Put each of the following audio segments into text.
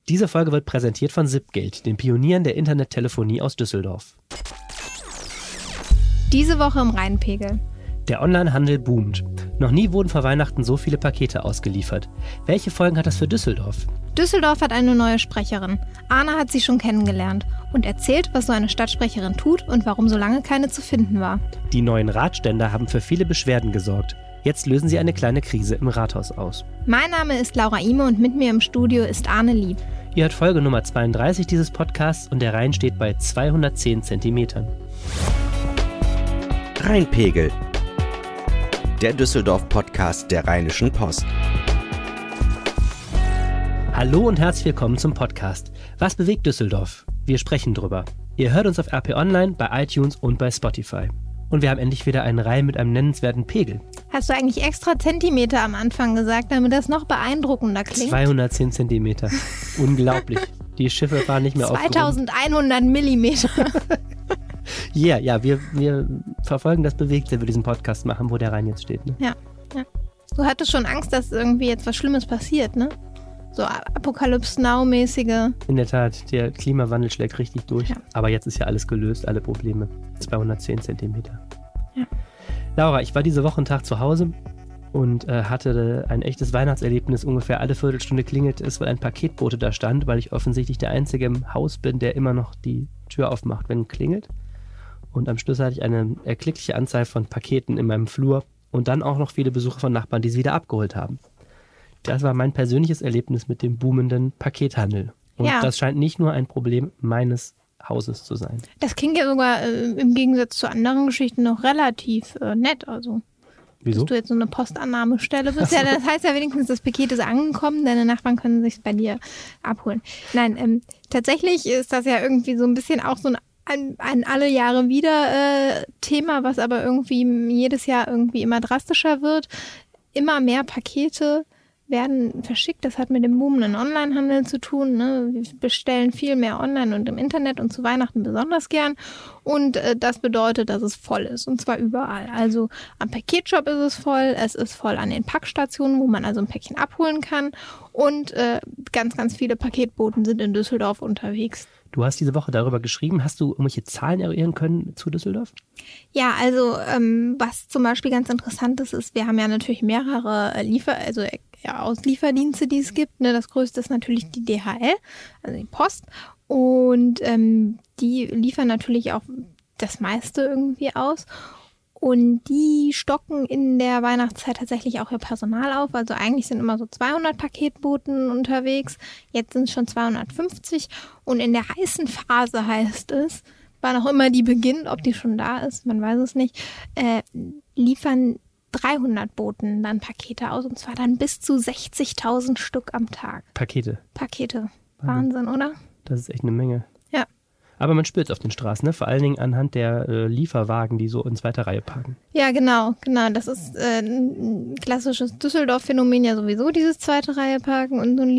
Diese Folge wird präsentiert von Zipgate, den Pionieren der Internettelefonie aus Düsseldorf. Diese Woche im Rheinpegel. Der Onlinehandel boomt. Noch nie wurden vor Weihnachten so viele Pakete ausgeliefert. Welche Folgen hat das für Düsseldorf? Düsseldorf hat eine neue Sprecherin. Arne hat sie schon kennengelernt und erzählt, was so eine Stadtsprecherin tut und warum so lange keine zu finden war. Die neuen Radständer haben für viele Beschwerden gesorgt. Jetzt lösen sie eine kleine Krise im Rathaus aus. Mein Name ist Laura Ime und mit mir im Studio ist Arne Lieb. Ihr hört Folge Nummer 32 dieses Podcasts und der Rhein steht bei 210 Zentimetern. Rheinpegel, der Düsseldorf-Podcast der Rheinischen Post. Hallo und herzlich willkommen zum Podcast. Was bewegt Düsseldorf? Wir sprechen drüber. Ihr hört uns auf RP Online, bei iTunes und bei Spotify. Und wir haben endlich wieder einen Rhein mit einem nennenswerten Pegel. Hast du eigentlich extra Zentimeter am Anfang gesagt, damit das noch beeindruckender klingt? 210 Zentimeter. Unglaublich. Die Schiffe fahren nicht mehr auf. 2100 Millimeter. Ja, wir verfolgen das Bewegt, wenn wir diesen Podcast machen, wo der Rhein jetzt steht. Ne? Ja. Du hattest schon Angst, dass irgendwie jetzt was Schlimmes passiert, ne? So Apocalypse Now-mäßige. In der Tat, der Klimawandel schlägt richtig durch. Ja. Aber jetzt ist ja alles gelöst, alle Probleme. 210 Zentimeter. Ja. Laura, ich war diese Woche einen Tag zu Hause und hatte ein echtes Weihnachtserlebnis. Ungefähr alle Viertelstunde klingelt es, weil ein Paketbote da stand, weil ich offensichtlich der Einzige im Haus bin, der immer noch die Tür aufmacht, wenn klingelt. Und am Schluss hatte ich eine erkleckliche Anzahl von Paketen in meinem Flur und dann auch noch viele Besucher von Nachbarn, die sie wieder abgeholt haben. Das war mein persönliches Erlebnis mit dem boomenden Pakethandel. Und das scheint nicht nur ein Problem meines Hauses zu sein. Das klingt ja sogar im Gegensatz zu anderen Geschichten noch relativ nett. Also, wieso? Dass du jetzt so eine Postannahmestelle bist. Ja, das heißt ja wenigstens, das Paket ist angekommen, deine Nachbarn können sich bei dir abholen. Nein, tatsächlich ist das ja irgendwie so ein bisschen auch so ein alle Jahre wieder Thema, was aber irgendwie jedes Jahr irgendwie immer drastischer wird. Immer mehr Pakete werden verschickt. Das hat mit dem boomenden Onlinehandel zu tun. Ne? Wir bestellen viel mehr online und im Internet und zu Weihnachten besonders gern. Und das bedeutet, dass es voll ist. Und zwar überall. Also am Paketshop ist es voll. Es ist voll an den Packstationen, wo man also ein Päckchen abholen kann. Und ganz, ganz viele Paketboten sind in Düsseldorf unterwegs. Du hast diese Woche darüber geschrieben. Hast du irgendwelche Zahlen eruieren können zu Düsseldorf? Ja, also was zum Beispiel ganz interessant ist, wir haben ja natürlich mehrere Auslieferdienste, die es gibt. Ne? Das größte ist natürlich die DHL, also die Post. Und die liefern natürlich auch das meiste irgendwie aus. Und die stocken in der Weihnachtszeit tatsächlich auch ihr Personal auf. Also eigentlich sind immer so 200 Paketboten unterwegs. Jetzt sind es schon 250. Und in der heißen Phase heißt es, wann auch immer die beginnt, ob die schon da ist, man weiß es nicht, liefern 300 Boten dann Pakete aus. Und zwar dann bis zu 60.000 Stück am Tag. Pakete. Wahnsinn, oder? Das ist echt eine Menge. Ja. Aber man spürt es auf den Straßen, ne? Vor allen Dingen anhand der Lieferwagen, die so in zweiter Reihe parken. Ja, genau. Das ist ein klassisches Düsseldorf-Phänomen ja sowieso, dieses zweite Reihe parken und so ein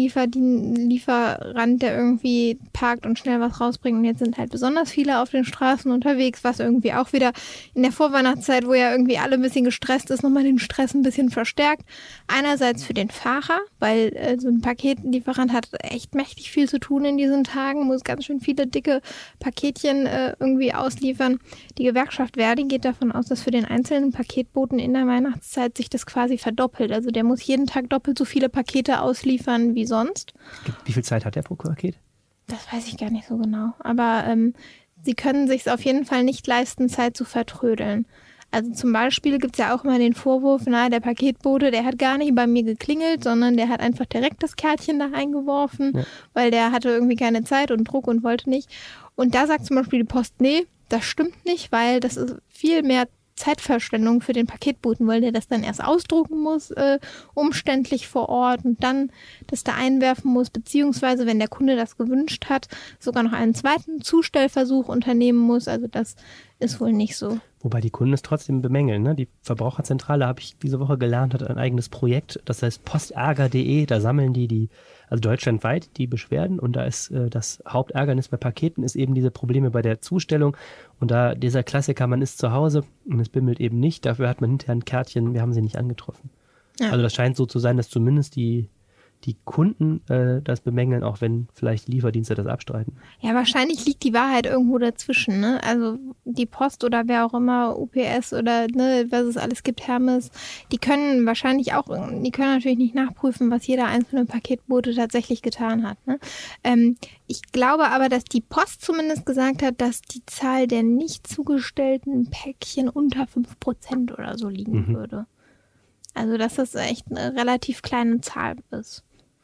Lieferant, der irgendwie parkt und schnell was rausbringt. Und jetzt sind halt besonders viele auf den Straßen unterwegs, was irgendwie auch wieder in der Vorweihnachtszeit, wo ja irgendwie alle ein bisschen gestresst ist, nochmal den Stress ein bisschen verstärkt. Einerseits für den Fahrer, weil so ein Paketlieferant hat echt mächtig viel zu tun in diesen Tagen, muss ganz schön viele dicke Paketchen irgendwie ausliefern. Die Gewerkschaft Verdi geht davon aus, dass für den einzelnen Paketboten in der Weihnachtszeit sich das quasi verdoppelt. Also der muss jeden Tag doppelt so viele Pakete ausliefern wie sonst. Wie viel Zeit hat der pro Paket? Das weiß ich gar nicht so genau. Aber sie können sich es auf jeden Fall nicht leisten, Zeit zu vertrödeln. Also zum Beispiel gibt es ja auch immer den Vorwurf, der Paketbote, der hat gar nicht bei mir geklingelt, sondern der hat einfach direkt das Kärtchen da eingeworfen, weil der hatte irgendwie keine Zeit und Druck und wollte nicht. Und da sagt zum Beispiel die Post, nee, das stimmt nicht, weil das ist viel mehr Zeitverschwendung für den Paketboten, weil der das dann erst ausdrucken muss, umständlich vor Ort und dann das da einwerfen muss, beziehungsweise, wenn der Kunde das gewünscht hat, sogar noch einen zweiten Zustellversuch unternehmen muss. Also das ist wohl nicht so. Wobei die Kunden es trotzdem bemängeln. Ne? Die Verbraucherzentrale, habe ich diese Woche gelernt, hat ein eigenes Projekt, das heißt postärger.de. Da sammeln die also deutschlandweit die Beschwerden. Und da ist das Hauptärgernis bei Paketen ist eben diese Probleme bei der Zustellung. Und da dieser Klassiker, man ist zu Hause und es bimmelt eben nicht. Dafür hat man hinterher ein Kärtchen, wir haben sie nicht angetroffen. Ja. Also das scheint so zu sein, dass zumindest die die Kunden das bemängeln, auch wenn vielleicht Lieferdienste das abstreiten. Ja, wahrscheinlich liegt die Wahrheit irgendwo dazwischen, ne? Also die Post oder wer auch immer, UPS oder ne, was es alles gibt, Hermes, die können natürlich nicht nachprüfen, was jeder einzelne Paketbote tatsächlich getan hat, ne? Ich glaube aber, dass die Post zumindest gesagt hat, dass die Zahl der nicht zugestellten Päckchen unter 5% oder so liegen würde. Also dass das echt eine relativ kleine Zahl ist.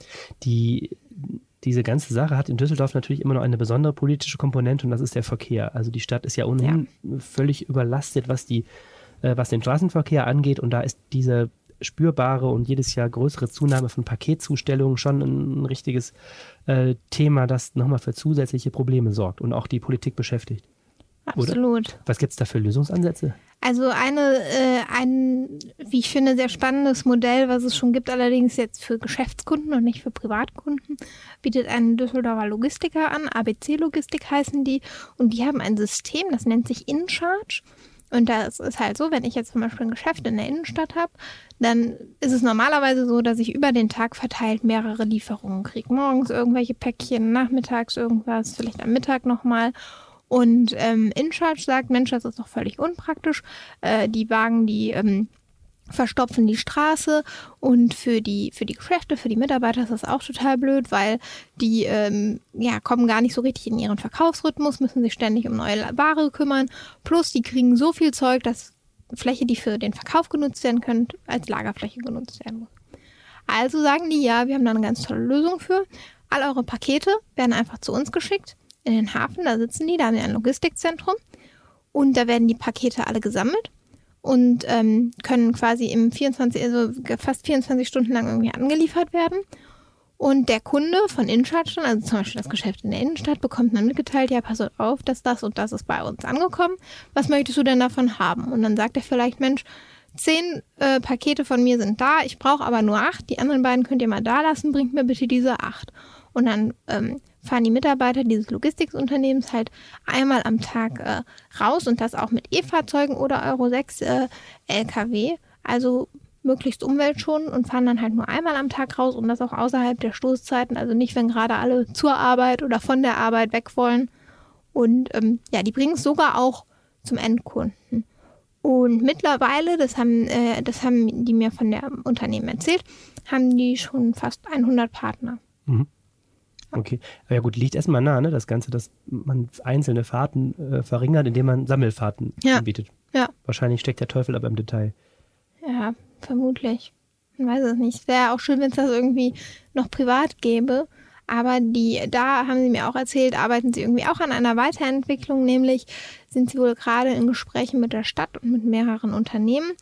Diese ganze Sache hat in Düsseldorf natürlich immer noch eine besondere politische Komponente und das ist der Verkehr. Also die Stadt ist ja ohnehin völlig überlastet, was den Straßenverkehr angeht und da ist diese spürbare und jedes Jahr größere Zunahme von Paketzustellungen schon ein richtiges Thema, das nochmal für zusätzliche Probleme sorgt und auch die Politik beschäftigt. Absolut. Oder? Was gibt es da für Lösungsansätze? Also ein, wie ich finde, sehr spannendes Modell, was es schon gibt, allerdings jetzt für Geschäftskunden und nicht für Privatkunden, bietet ein Düsseldorfer Logistiker an, ABC Logistik heißen die, und die haben ein System, das nennt sich InCharge. Und das ist halt so, wenn ich jetzt zum Beispiel ein Geschäft in der Innenstadt habe, dann ist es normalerweise so, dass ich über den Tag verteilt mehrere Lieferungen kriege. Morgens irgendwelche Päckchen, nachmittags irgendwas, vielleicht am Mittag nochmal. Und InCharge sagt, Mensch, das ist doch völlig unpraktisch. Die Wagen, die verstopfen die Straße und für die Geschäfte, für die Mitarbeiter ist das auch total blöd, weil die kommen gar nicht so richtig in ihren Verkaufsrhythmus, müssen sich ständig um neue Ware kümmern. Plus die kriegen so viel Zeug, dass Fläche, die für den Verkauf genutzt werden könnte, als Lagerfläche genutzt werden muss. Also sagen die, ja, wir haben da eine ganz tolle Lösung für. All eure Pakete werden einfach zu uns geschickt. In den Hafen, da sitzen die, da haben wir ein Logistikzentrum und da werden die Pakete alle gesammelt und können quasi fast 24 Stunden lang irgendwie angeliefert werden. Und der Kunde von InCharge, also zum Beispiel das Geschäft in der Innenstadt, bekommt dann mitgeteilt, ja, pass auf, das und das ist bei uns angekommen. Was möchtest du denn davon haben? Und dann sagt er vielleicht, Mensch, 10 Pakete von mir sind da, ich brauche aber nur 8, die anderen beiden könnt ihr mal da lassen, bringt mir bitte diese 8. Und dann fahren die Mitarbeiter dieses Logistikunternehmens halt einmal am Tag raus und das auch mit E-Fahrzeugen oder Euro 6 LKW, also möglichst umweltschonend und fahren dann halt nur einmal am Tag raus und das auch außerhalb der Stoßzeiten, also nicht, wenn gerade alle zur Arbeit oder von der Arbeit weg wollen. Und die bringen es sogar auch zum Endkunden. Und mittlerweile, das haben die mir von der Unternehmen erzählt, haben die schon fast 100 Partner. Mhm. Okay, aber ja gut, liegt erstmal nah, ne? Das Ganze, dass man einzelne Fahrten verringert, indem man Sammelfahrten anbietet. Ja. Wahrscheinlich steckt der Teufel aber im Detail. Ja, vermutlich. Man weiß es nicht. Wäre auch schön, wenn es das irgendwie noch privat gäbe. Aber da haben sie mir auch erzählt, arbeiten sie irgendwie auch an einer Weiterentwicklung, nämlich sind sie wohl gerade in Gesprächen mit der Stadt und mit mehreren Unternehmen.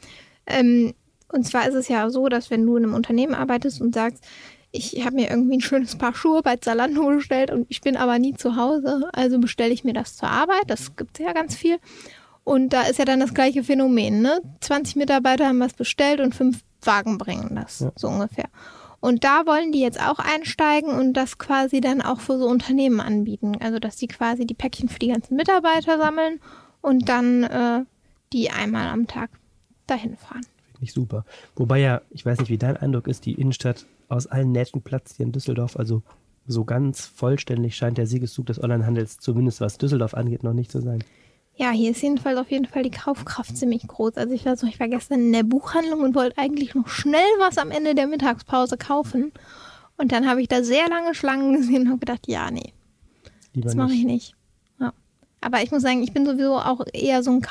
Und zwar ist es ja so, dass wenn du in einem Unternehmen arbeitest und sagst, ich habe mir irgendwie ein schönes Paar Schuhe bei Zalando bestellt und ich bin aber nie zu Hause, also bestelle ich mir das zur Arbeit. Das gibt es ja ganz viel. Und da ist ja dann das gleiche Phänomen, ne? 20 Mitarbeiter haben was bestellt und 5 Wagen bringen das, so ungefähr. Und da wollen die jetzt auch einsteigen und das quasi dann auch für so Unternehmen anbieten. Also, dass die quasi die Päckchen für die ganzen Mitarbeiter sammeln und dann die einmal am Tag dahin fahren. Finde ich super. Wobei ja, ich weiß nicht, wie dein Eindruck ist, die Innenstadt aus allen Nähten platzt hier in Düsseldorf. Also so ganz vollständig scheint der Siegeszug des Onlinehandels, zumindest was Düsseldorf angeht, noch nicht zu sein. Ja, hier ist jedenfalls auf jeden Fall die Kaufkraft ziemlich groß. Also ich war gestern in der Buchhandlung und wollte eigentlich noch schnell was am Ende der Mittagspause kaufen. Und dann habe ich da sehr lange Schlangen gesehen und habe gedacht, ja, nee, das mache ich nicht. Ja. Aber ich muss sagen, ich bin sowieso auch eher so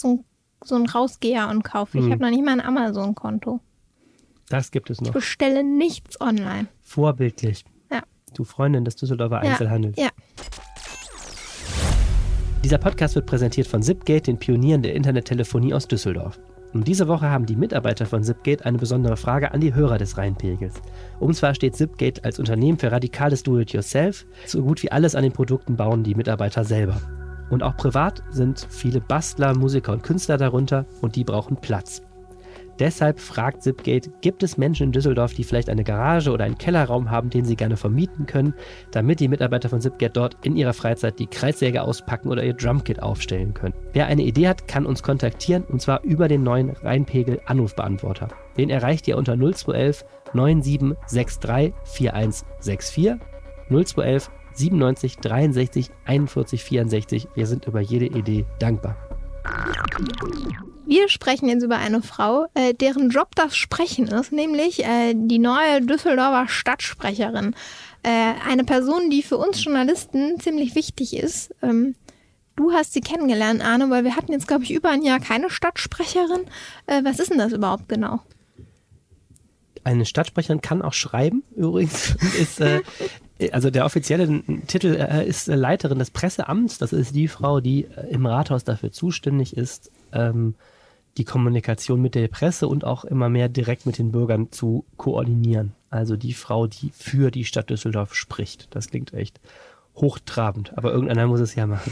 ein Rausgeher und kaufe. Ich habe noch nicht mal ein Amazon-Konto. Das gibt es noch. Ich bestelle nichts online. Vorbildlich. Ja. Du Freundin des Düsseldorfer Einzelhandels. Ja. Dieser Podcast wird präsentiert von Zipgate, den Pionieren der Internettelefonie aus Düsseldorf. Und diese Woche haben die Mitarbeiter von Zipgate eine besondere Frage an die Hörer des Rheinpegels. Und zwar steht Zipgate als Unternehmen für radikales Do-it-yourself. So gut wie alles an den Produkten bauen die Mitarbeiter selber. Und auch privat sind viele Bastler, Musiker und Künstler darunter und die brauchen Platz. Deshalb fragt Zipgate, gibt es Menschen in Düsseldorf, die vielleicht eine Garage oder einen Kellerraum haben, den sie gerne vermieten können, damit die Mitarbeiter von Zipgate dort in ihrer Freizeit die Kreissäge auspacken oder ihr Drumkit aufstellen können. Wer eine Idee hat, kann uns kontaktieren und zwar über den neuen Rheinpegel Anrufbeantworter. Den erreicht ihr unter 0211 9763 4164 0211 97 63 41 64. Wir sind über jede Idee dankbar. Wir sprechen jetzt über eine Frau, deren Job das Sprechen ist, nämlich die neue Düsseldorfer Stadtsprecherin. Eine Person, die für uns Journalisten ziemlich wichtig ist. Du hast sie kennengelernt, Arne, weil wir hatten jetzt, glaube ich, über ein Jahr keine Stadtsprecherin. Was ist denn das überhaupt genau? Eine Stadtsprecherin kann auch schreiben, übrigens. Also der offizielle Titel ist Leiterin des Presseamts. Das ist die Frau, die im Rathaus dafür zuständig ist, die Kommunikation mit der Presse und auch immer mehr direkt mit den Bürgern zu koordinieren. Also die Frau, die für die Stadt Düsseldorf spricht. Das klingt echt hochtrabend, aber irgendeiner muss es ja machen.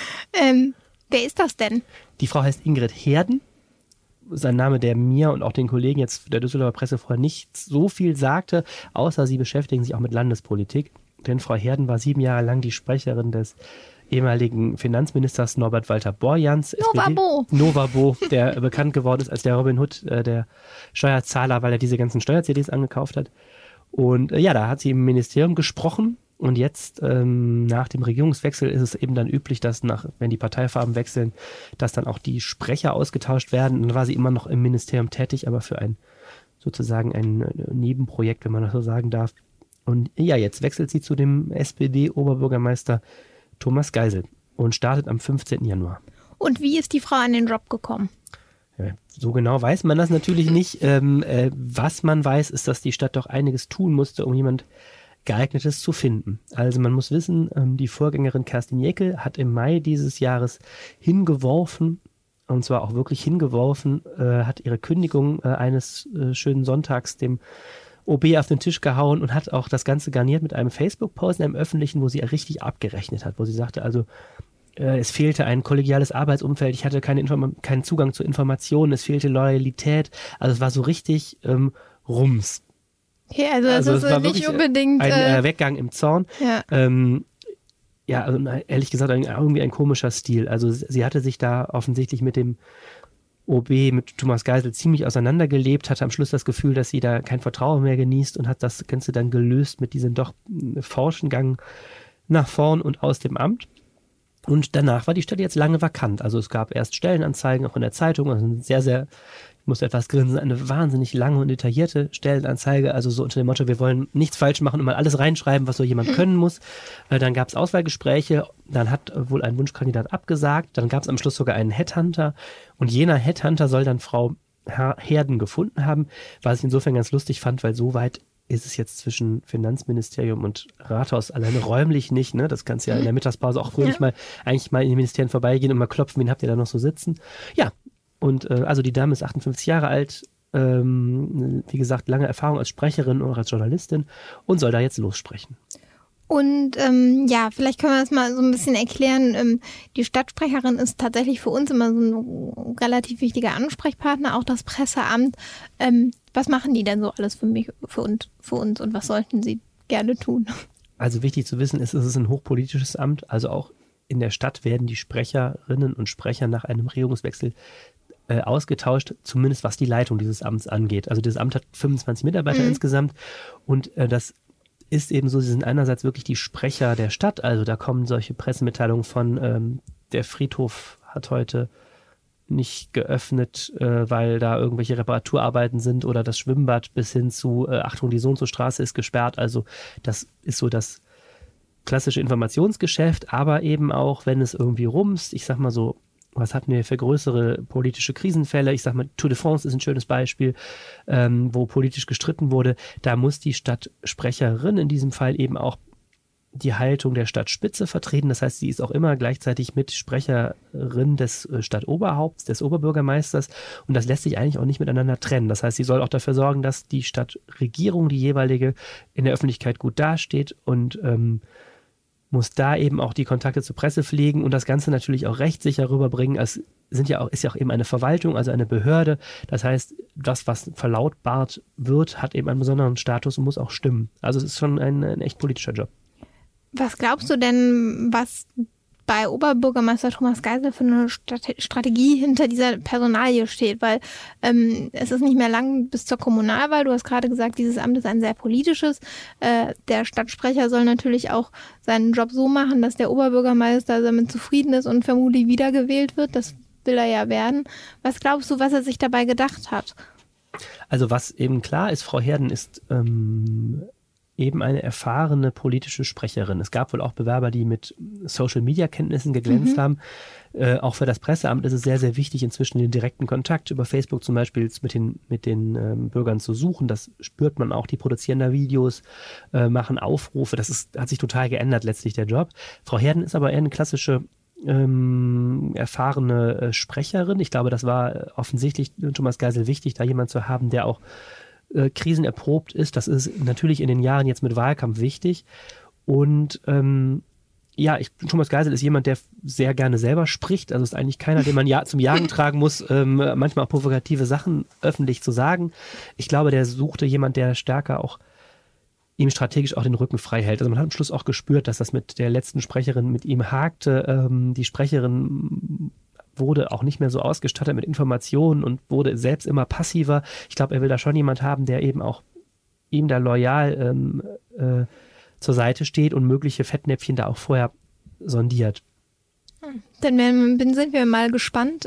Wer ist das denn? Die Frau heißt Ingrid Herden. Sein Name, der mir und auch den Kollegen jetzt der Düsseldorfer Presse vorher nicht so viel sagte, außer sie beschäftigen sich auch mit Landespolitik. Denn Frau Herden war 7 Jahre lang die Sprecherin des ehemaligen Finanzministers Norbert Walter Borjans. Novabo, der bekannt geworden ist als der Robin Hood der Steuerzahler, weil er diese ganzen Steuer-CDs angekauft hat. Und da hat sie im Ministerium gesprochen. Und jetzt, nach dem Regierungswechsel, ist es eben dann üblich, dass wenn die Parteifarben wechseln, dass dann auch die Sprecher ausgetauscht werden. Und dann war sie immer noch im Ministerium tätig, aber für ein Nebenprojekt, wenn man das so sagen darf. Und jetzt wechselt sie zu dem SPD-Oberbürgermeister Thomas Geisel und startet am 15. Januar. Und wie ist die Frau an den Job gekommen? So genau weiß man das natürlich nicht. Was man weiß, ist, dass die Stadt doch einiges tun musste, um jemand Geeignetes zu finden. Also man muss wissen, die Vorgängerin Kerstin Jäckel hat im Mai dieses Jahres hingeworfen, und zwar auch wirklich hingeworfen, hat ihre Kündigung eines schönen Sonntags dem OB auf den Tisch gehauen und hat auch das Ganze garniert mit einem Facebook-Post in einem öffentlichen, wo sie richtig abgerechnet hat, wo sie sagte, also es fehlte ein kollegiales Arbeitsumfeld, ich hatte keinen Zugang zu Informationen, es fehlte Loyalität, also es war so richtig Rums. Okay, also es ist nicht unbedingt ein Weggang im Zorn. Ja. Also ehrlich gesagt irgendwie ein komischer Stil. Also sie hatte sich da offensichtlich mit dem OB, mit Thomas Geisel ziemlich auseinandergelebt, hatte am Schluss das Gefühl, dass sie da kein Vertrauen mehr genießt und hat das Ganze dann gelöst mit diesem doch forschen Gang nach vorn und aus dem Amt. Und danach war die Stelle jetzt lange vakant. Also es gab erst Stellenanzeigen auch in der Zeitung, also sehr, sehr, ich muss etwas grinsen, eine wahnsinnig lange und detaillierte Stellenanzeige, also so unter dem Motto, wir wollen nichts falsch machen und mal alles reinschreiben, was so jemand können muss. Dann gab es Auswahlgespräche, dann hat wohl ein Wunschkandidat abgesagt, dann gab es am Schluss sogar einen Headhunter und jener Headhunter soll dann Frau Herden gefunden haben, was ich insofern ganz lustig fand, weil so weit ist es jetzt zwischen Finanzministerium und Rathaus alleine räumlich nicht, ne? Das kannst du ja in der Mittagspause auch fröhlich mal in die Ministerien vorbeigehen und mal klopfen, wen habt ihr da noch so sitzen? Ja, und also die Dame ist 58 Jahre alt, wie gesagt, lange Erfahrung als Sprecherin oder als Journalistin und soll da jetzt lossprechen. Und vielleicht können wir das mal so ein bisschen erklären. Die Stadtsprecherin ist tatsächlich für uns immer so ein relativ wichtiger Ansprechpartner, auch das Presseamt. Was machen die denn so alles für uns und was sollten sie gerne tun? Also wichtig zu wissen ist, es ist ein hochpolitisches Amt. Also auch in der Stadt werden die Sprecherinnen und Sprecher nach einem Regierungswechsel ausgetauscht, zumindest was die Leitung dieses Amts angeht. Also das Amt hat 25 Mitarbeiter insgesamt und das ist eben so, sie sind einerseits wirklich die Sprecher der Stadt, also da kommen solche Pressemitteilungen von, der Friedhof hat heute nicht geöffnet, weil da irgendwelche Reparaturarbeiten sind oder das Schwimmbad bis hin zu, Achtung, die So-und-so-Straße ist gesperrt, also das ist so das klassische Informationsgeschäft, aber eben auch, wenn es irgendwie rumst, ich sag mal so, was hatten wir für größere politische Krisenfälle? Ich sag mal, Tour de France ist ein schönes Beispiel, wo politisch gestritten wurde. Da muss die Stadtsprecherin in diesem Fall eben auch die Haltung der Stadtspitze vertreten. Das heißt, sie ist auch immer gleichzeitig Mitsprecherin des Stadtoberhaupts, des Oberbürgermeisters. Und das lässt sich eigentlich auch nicht miteinander trennen. Das heißt, sie soll auch dafür sorgen, dass die Stadtregierung, die jeweilige, in der Öffentlichkeit gut dasteht und muss da eben auch die Kontakte zur Presse pflegen und das Ganze natürlich auch rechtssicher rüberbringen. Es ist ja auch eben eine Verwaltung, also eine Behörde. Das heißt, das, was verlautbart wird, hat eben einen besonderen Status und muss auch stimmen. Also es ist schon ein echt politischer Job. Was glaubst du denn, was bei Oberbürgermeister Thomas Geisel für eine Strategie hinter dieser Personalie steht, weil es ist nicht mehr lang bis zur Kommunalwahl. Du hast gerade gesagt, dieses Amt ist ein sehr politisches. Der Stadtsprecher soll natürlich auch seinen Job so machen, dass der Oberbürgermeister damit zufrieden ist und vermutlich wiedergewählt wird. Das will er ja werden. Was glaubst du, was er sich dabei gedacht hat? Also was eben klar ist, Frau Herden ist eben eine erfahrene politische Sprecherin. Es gab wohl auch Bewerber, die mit Social-Media-Kenntnissen geglänzt haben. Auch für das Presseamt ist es sehr, sehr wichtig, inzwischen den direkten Kontakt über Facebook zum Beispiel mit den Bürgern zu suchen. Das spürt man auch. Die produzieren da Videos, machen Aufrufe. Hat sich total geändert letztlich, der Job. Frau Herden ist aber eher eine klassische erfahrene Sprecherin. Ich glaube, das war offensichtlich Thomas Geisel wichtig, da jemand zu haben, der auch krisenerprobt ist. Das ist natürlich in den Jahren jetzt mit Wahlkampf wichtig. Und Thomas Geisel ist jemand, der sehr gerne selber spricht. Also ist eigentlich keiner, den man zum Jagen tragen muss, manchmal auch provokative Sachen öffentlich zu sagen. Ich glaube, der suchte jemand, der stärker auch ihm strategisch auch den Rücken frei hält. Also man hat am Schluss auch gespürt, dass das mit der letzten Sprecherin mit ihm hakte. Die Sprecherin wurde auch nicht mehr so ausgestattet mit Informationen und wurde selbst immer passiver. Ich glaube, er will da schon jemand haben, der eben auch ihm da loyal zur Seite steht und mögliche Fettnäpfchen da auch vorher sondiert. Dann sind wir mal gespannt,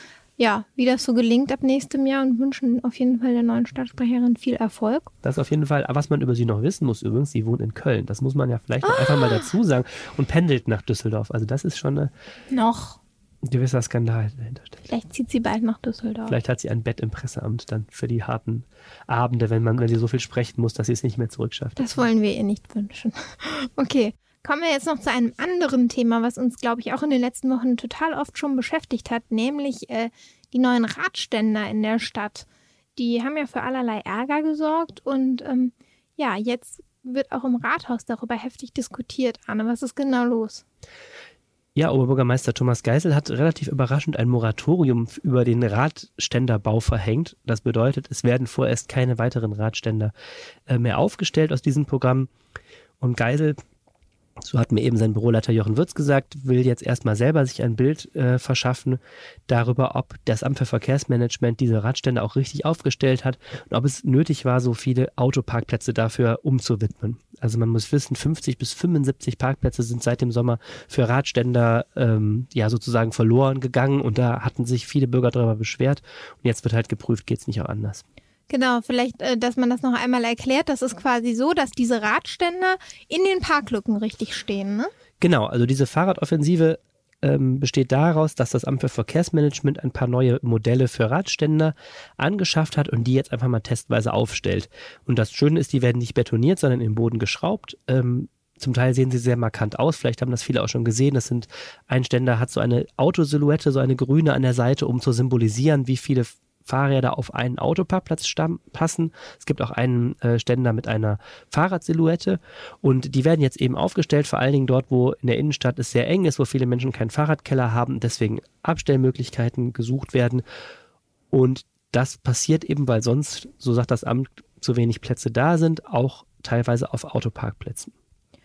wie das so gelingt ab nächstem Jahr und wünschen auf jeden Fall der neuen Stadtsprecherin viel Erfolg. Das ist auf jeden Fall, was man über sie noch wissen muss übrigens, sie wohnt in Köln. Das muss man ja vielleicht noch einfach mal dazu sagen und pendelt nach Düsseldorf. Also das ist schon noch ein gewisser Skandal dahinter steckt. Vielleicht zieht sie bald nach Düsseldorf. Vielleicht hat sie ein Bett im Presseamt dann für die harten Abende, wenn sie so viel sprechen muss, dass sie es nicht mehr zurückschafft. Das wollen wir ihr nicht wünschen. Okay, kommen wir jetzt noch zu einem anderen Thema, was uns, glaube ich, auch in den letzten Wochen total oft schon beschäftigt hat, nämlich die neuen Radständer in der Stadt. Die haben ja für allerlei Ärger gesorgt und jetzt wird auch im Rathaus darüber heftig diskutiert. Anne, was ist genau los? Ja, Oberbürgermeister Thomas Geisel hat relativ überraschend ein Moratorium über den Radständerbau verhängt. Das bedeutet, es werden vorerst keine weiteren Radständer mehr aufgestellt aus diesem Programm. Und Geisel, so hat mir eben sein Büroleiter Jochen Würz gesagt, will jetzt erstmal selber sich ein Bild verschaffen darüber, ob das Amt für Verkehrsmanagement diese Radstände auch richtig aufgestellt hat und ob es nötig war, so viele Autoparkplätze dafür umzuwidmen. Also man muss wissen, 50 bis 75 Parkplätze sind seit dem Sommer für Radständer sozusagen verloren gegangen und da hatten sich viele Bürger darüber beschwert und jetzt wird halt geprüft, geht es nicht auch anders. Genau, vielleicht, dass man das noch einmal erklärt. Das ist quasi so, dass diese Radständer in den Parklücken richtig stehen, ne? Genau, also diese Fahrradoffensive besteht daraus, dass das Amt für Verkehrsmanagement ein paar neue Modelle für Radständer angeschafft hat und die jetzt einfach mal testweise aufstellt. Und das Schöne ist, die werden nicht betoniert, sondern im Boden geschraubt. Zum Teil sehen sie sehr markant aus, vielleicht haben das viele auch schon gesehen. Ein Ständer hat so eine Autosilhouette, so eine grüne an der Seite, um zu symbolisieren, wie viele Fahrräder auf einen Autoparkplatz passen. Es gibt auch einen Ständer mit einer Fahrradsilhouette und die werden jetzt eben aufgestellt, vor allen Dingen dort, wo in der Innenstadt es sehr eng ist, wo viele Menschen keinen Fahrradkeller haben, deswegen Abstellmöglichkeiten gesucht werden und das passiert eben, weil sonst, so sagt das Amt, zu wenig Plätze da sind, auch teilweise auf Autoparkplätzen.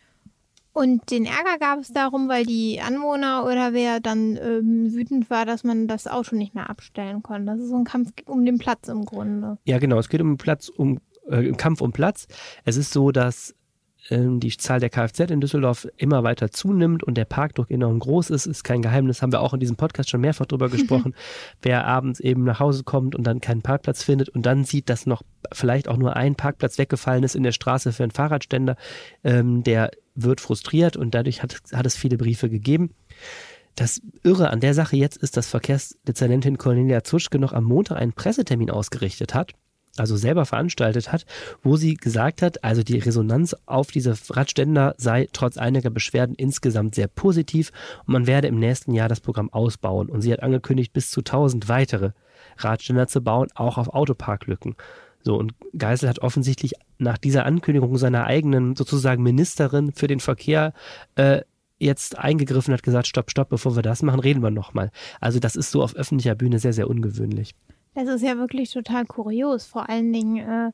Und den Ärger gab es darum, weil die Anwohner oder wer dann wütend war, dass man das Auto nicht mehr abstellen konnte. Das ist so ein Kampf um den Platz im Grunde. Ja, genau. Es geht um Platz, Kampf um Platz. Es ist so, dass die Zahl der Kfz in Düsseldorf immer weiter zunimmt und der Parkdruck enorm groß ist kein Geheimnis, haben wir auch in diesem Podcast schon mehrfach drüber gesprochen. Wer abends eben nach Hause kommt und dann keinen Parkplatz findet und dann sieht, dass noch vielleicht auch nur ein Parkplatz weggefallen ist in der Straße für einen Fahrradständer, der wird frustriert und dadurch hat es viele Briefe gegeben. Das Irre an der Sache jetzt ist, dass Verkehrsdezernentin Cornelia Zuschke noch am Montag einen Pressetermin ausgerichtet hat, also selber veranstaltet hat, wo sie gesagt hat, also die Resonanz auf diese Radständer sei trotz einiger Beschwerden insgesamt sehr positiv und man werde im nächsten Jahr das Programm ausbauen. Und sie hat angekündigt, bis zu 1000 weitere Radständer zu bauen, auch auf Autoparklücken. So, und Geisel hat offensichtlich nach dieser Ankündigung seiner eigenen sozusagen Ministerin für den Verkehr jetzt eingegriffen, hat gesagt, stopp, bevor wir das machen, reden wir nochmal. Also das ist so auf öffentlicher Bühne sehr, sehr ungewöhnlich. Das ist ja wirklich total kurios. Vor allen Dingen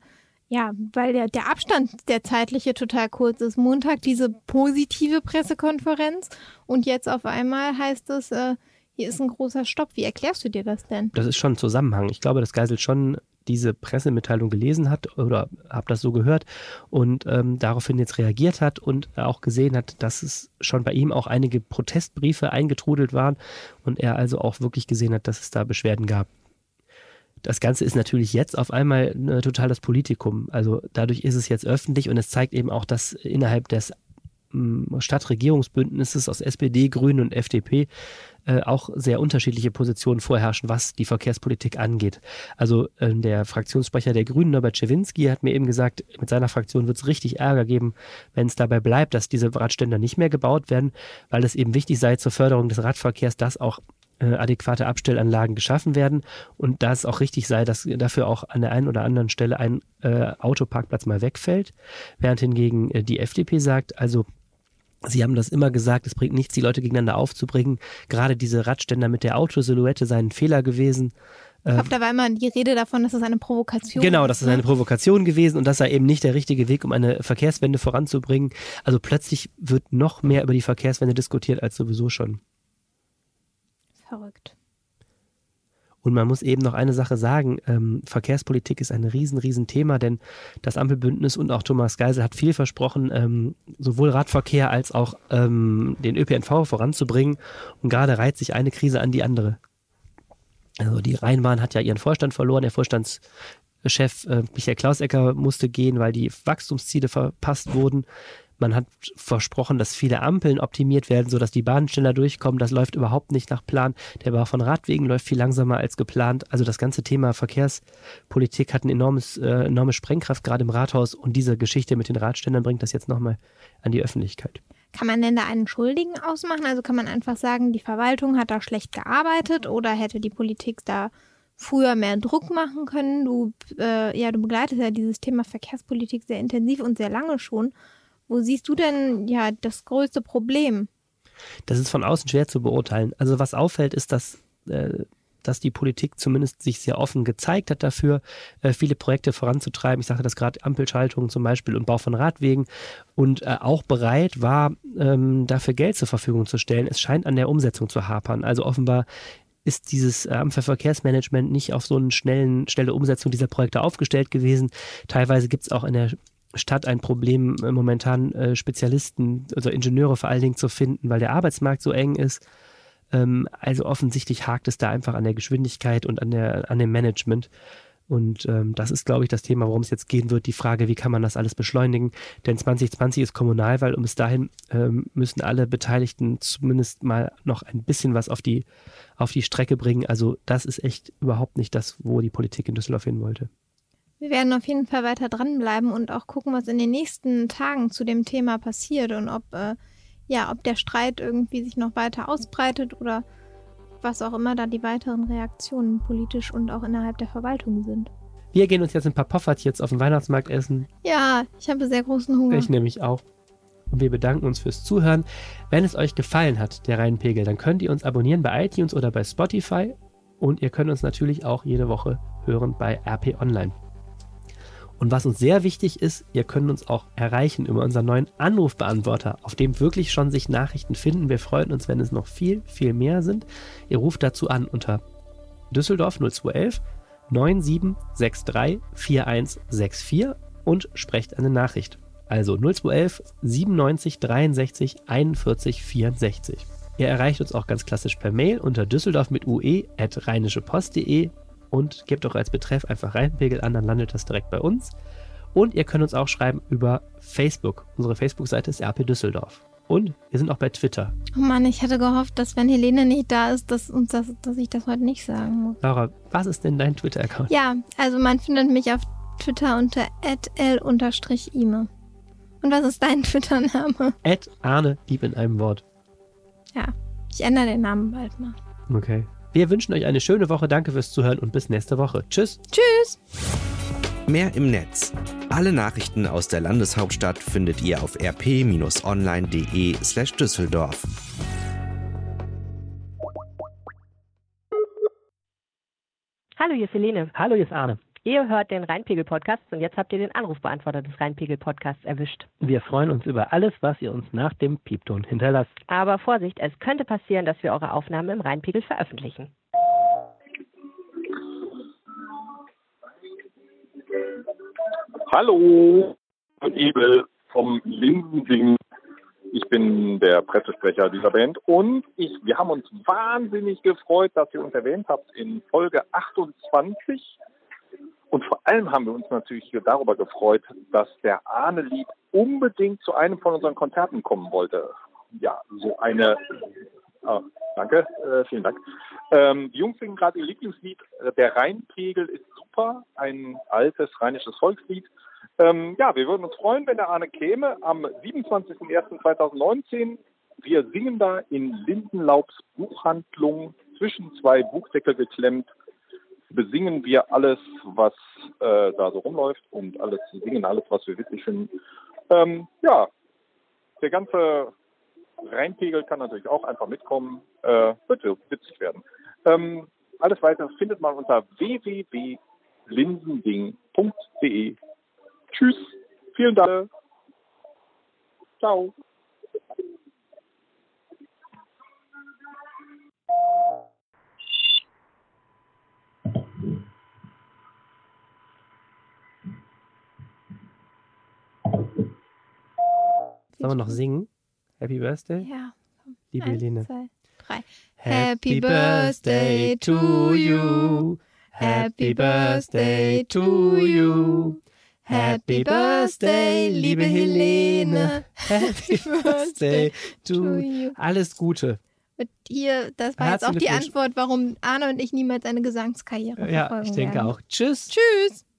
Ja, weil der Abstand, der zeitliche, total kurz ist. Montag diese positive Pressekonferenz und jetzt auf einmal heißt es, hier ist ein großer Stopp. Wie erklärst du dir das denn? Das ist schon ein Zusammenhang. Ich glaube, dass Geisel schon diese Pressemitteilung gelesen hat oder habe das so gehört und daraufhin jetzt reagiert hat und auch gesehen hat, dass es schon bei ihm auch einige Protestbriefe eingetrudelt waren und er also auch wirklich gesehen hat, dass es da Beschwerden gab. Das Ganze ist natürlich jetzt auf einmal total das Politikum. Also dadurch ist es jetzt öffentlich und es zeigt eben auch, dass innerhalb des Stadtregierungsbündnisses aus SPD, Grünen und FDP auch sehr unterschiedliche Positionen vorherrschen, was die Verkehrspolitik angeht. Also der Fraktionssprecher der Grünen, Norbert Czerwinski, hat mir eben gesagt, mit seiner Fraktion wird es richtig Ärger geben, wenn es dabei bleibt, dass diese Radständer nicht mehr gebaut werden, weil es eben wichtig sei zur Förderung des Radverkehrs, dass auch adäquate Abstellanlagen geschaffen werden und da es auch richtig sei, dass dafür auch an der einen oder anderen Stelle ein Autoparkplatz mal wegfällt, während hingegen die FDP sagt, also sie haben das immer gesagt, es bringt nichts, die Leute gegeneinander aufzubringen. Gerade diese Radständer mit der Autosilhouette seien ein Fehler gewesen. Ich glaube, da war immer die Rede davon, dass es eine Provokation ist. Genau, das ist eine Provokation gewesen und das sei eben nicht der richtige Weg, um eine Verkehrswende voranzubringen. Also plötzlich wird noch mehr über die Verkehrswende diskutiert als sowieso schon. Verrückt. Und man muss eben noch eine Sache sagen, Verkehrspolitik ist ein riesen Thema, denn das Ampelbündnis und auch Thomas Geisel hat viel versprochen, sowohl Radverkehr als auch den ÖPNV voranzubringen. Und gerade reiht sich eine Krise an die andere. Also die Rheinbahn hat ja ihren Vorstand verloren, der Vorstandschef Michael Klausecker musste gehen, weil die Wachstumsziele verpasst wurden. Man hat versprochen, dass viele Ampeln optimiert werden, sodass die Bahnen schneller durchkommen. Das läuft überhaupt nicht nach Plan. Der Bau von Radwegen läuft viel langsamer als geplant. Also das ganze Thema Verkehrspolitik hat eine enorme Sprengkraft, gerade im Rathaus. Und diese Geschichte mit den Radständern bringt das jetzt nochmal an die Öffentlichkeit. Kann man denn da einen Schuldigen ausmachen? Also kann man einfach sagen, die Verwaltung hat da schlecht gearbeitet oder hätte die Politik da früher mehr Druck machen können? Du begleitest ja dieses Thema Verkehrspolitik sehr intensiv und sehr lange schon. Wo siehst du denn das größte Problem? Das ist von außen schwer zu beurteilen. Also was auffällt, ist, dass die Politik zumindest sich sehr offen gezeigt hat dafür, viele Projekte voranzutreiben. Ich sagte das gerade, Ampelschaltungen zum Beispiel und Bau von Radwegen und auch bereit war, dafür Geld zur Verfügung zu stellen. Es scheint an der Umsetzung zu hapern. Also offenbar ist dieses Amt für Verkehrsmanagement nicht auf so eine schnelle Umsetzung dieser Projekte aufgestellt gewesen. Teilweise gibt es auch in der Stadt ein Problem, momentan Spezialisten, also Ingenieure vor allen Dingen zu finden, weil der Arbeitsmarkt so eng ist. Also offensichtlich hakt es da einfach an der Geschwindigkeit und an dem Management. Und das ist, glaube ich, das Thema, worum es jetzt gehen wird. Die Frage, wie kann man das alles beschleunigen? Denn 2020 ist Kommunalwahl und bis dahin müssen alle Beteiligten zumindest mal noch ein bisschen was auf die Strecke bringen. Also das ist echt überhaupt nicht das, wo die Politik in Düsseldorf hin wollte. Wir werden auf jeden Fall weiter dranbleiben und auch gucken, was in den nächsten Tagen zu dem Thema passiert und ob der Streit irgendwie sich noch weiter ausbreitet oder was auch immer da die weiteren Reaktionen politisch und auch innerhalb der Verwaltung sind. Wir gehen uns jetzt ein paar Poffertjes jetzt auf dem Weihnachtsmarkt essen. Ja, ich habe sehr großen Hunger. Ich nämlich auch. Und wir bedanken uns fürs Zuhören. Wenn es euch gefallen hat, der Rheinpegel, dann könnt ihr uns abonnieren bei iTunes oder bei Spotify und ihr könnt uns natürlich auch jede Woche hören bei RP Online. Und was uns sehr wichtig ist, ihr könnt uns auch erreichen über unseren neuen Anrufbeantworter, auf dem wirklich schon sich Nachrichten finden. Wir freuen uns, wenn es noch viel mehr sind. Ihr ruft dazu an unter Düsseldorf 0211 9763 4164 und sprecht eine Nachricht. Also 0211 97 63 41 64. Ihr erreicht uns auch ganz klassisch per Mail unter düsseldorf mit ue@rheinischepost.de und gebt auch als Betreff einfach Rheinpegel an, dann landet das direkt bei uns. Und ihr könnt uns auch schreiben über Facebook. Unsere Facebook-Seite ist RP Düsseldorf. Und wir sind auch bei Twitter. Oh Mann, ich hatte gehofft, dass wenn Helene nicht da ist, dass ich das heute nicht sagen muss. Laura, was ist denn dein Twitter-Account? Ja, also man findet mich auf Twitter unter @l_ime. Und was ist dein Twitter-Name? @Arne, Dieb in einem Wort. Ja, ich ändere den Namen bald mal. Okay. Wir wünschen euch eine schöne Woche. Danke fürs Zuhören und bis nächste Woche. Tschüss. Tschüss. Mehr im Netz. Alle Nachrichten aus der Landeshauptstadt findet ihr auf rp-online.de/Düsseldorf. Hallo, hier ist Helene. Hallo, hier ist Arne. Ihr hört den Rheinpegel-Podcast und jetzt habt ihr den Anrufbeantworter des Rheinpegel-Podcasts erwischt. Wir freuen uns über alles, was ihr uns nach dem Piepton hinterlasst. Aber Vorsicht, es könnte passieren, dass wir eure Aufnahmen im Rheinpegel veröffentlichen. Hallo, Ebel vom Linsending. Ich bin der Pressesprecher dieser Band und wir haben uns wahnsinnig gefreut, dass ihr uns erwähnt habt in Folge 28. Und vor allem haben wir uns natürlich darüber gefreut, dass der Arne Lieb unbedingt zu einem von unseren Konzerten kommen wollte. Ja, so eine... danke, vielen Dank. Die Jungs singen gerade ihr Lieblingslied. Der Rheinpegel ist super, ein altes rheinisches Volkslied. Wir würden uns freuen, wenn der Arne käme am 27.01.2019. Wir singen da in Lindenlaubs Buchhandlung zwischen zwei Buchdeckel geklemmt. Besingen wir alles, was da so rumläuft und singen alles, was wir witzig finden. Der ganze Rheinpegel kann natürlich auch einfach mitkommen. Wird witzig werden. Alles weitere findet man unter www.linsending.de. Tschüss, vielen Dank. Ciao. Sollen wir noch singen? Happy Birthday? Ja. Liebe 1, Helene. 2, 3. Happy Birthday to you. Happy Birthday to you. Happy Birthday, liebe Helene. Happy Birthday to you. Alles Gute. Und hier, das war jetzt auch die Antwort, warum Arne und ich niemals eine Gesangskarriere verfolgen Ja, ich denke werden. auch. Tschüss. Tschüss.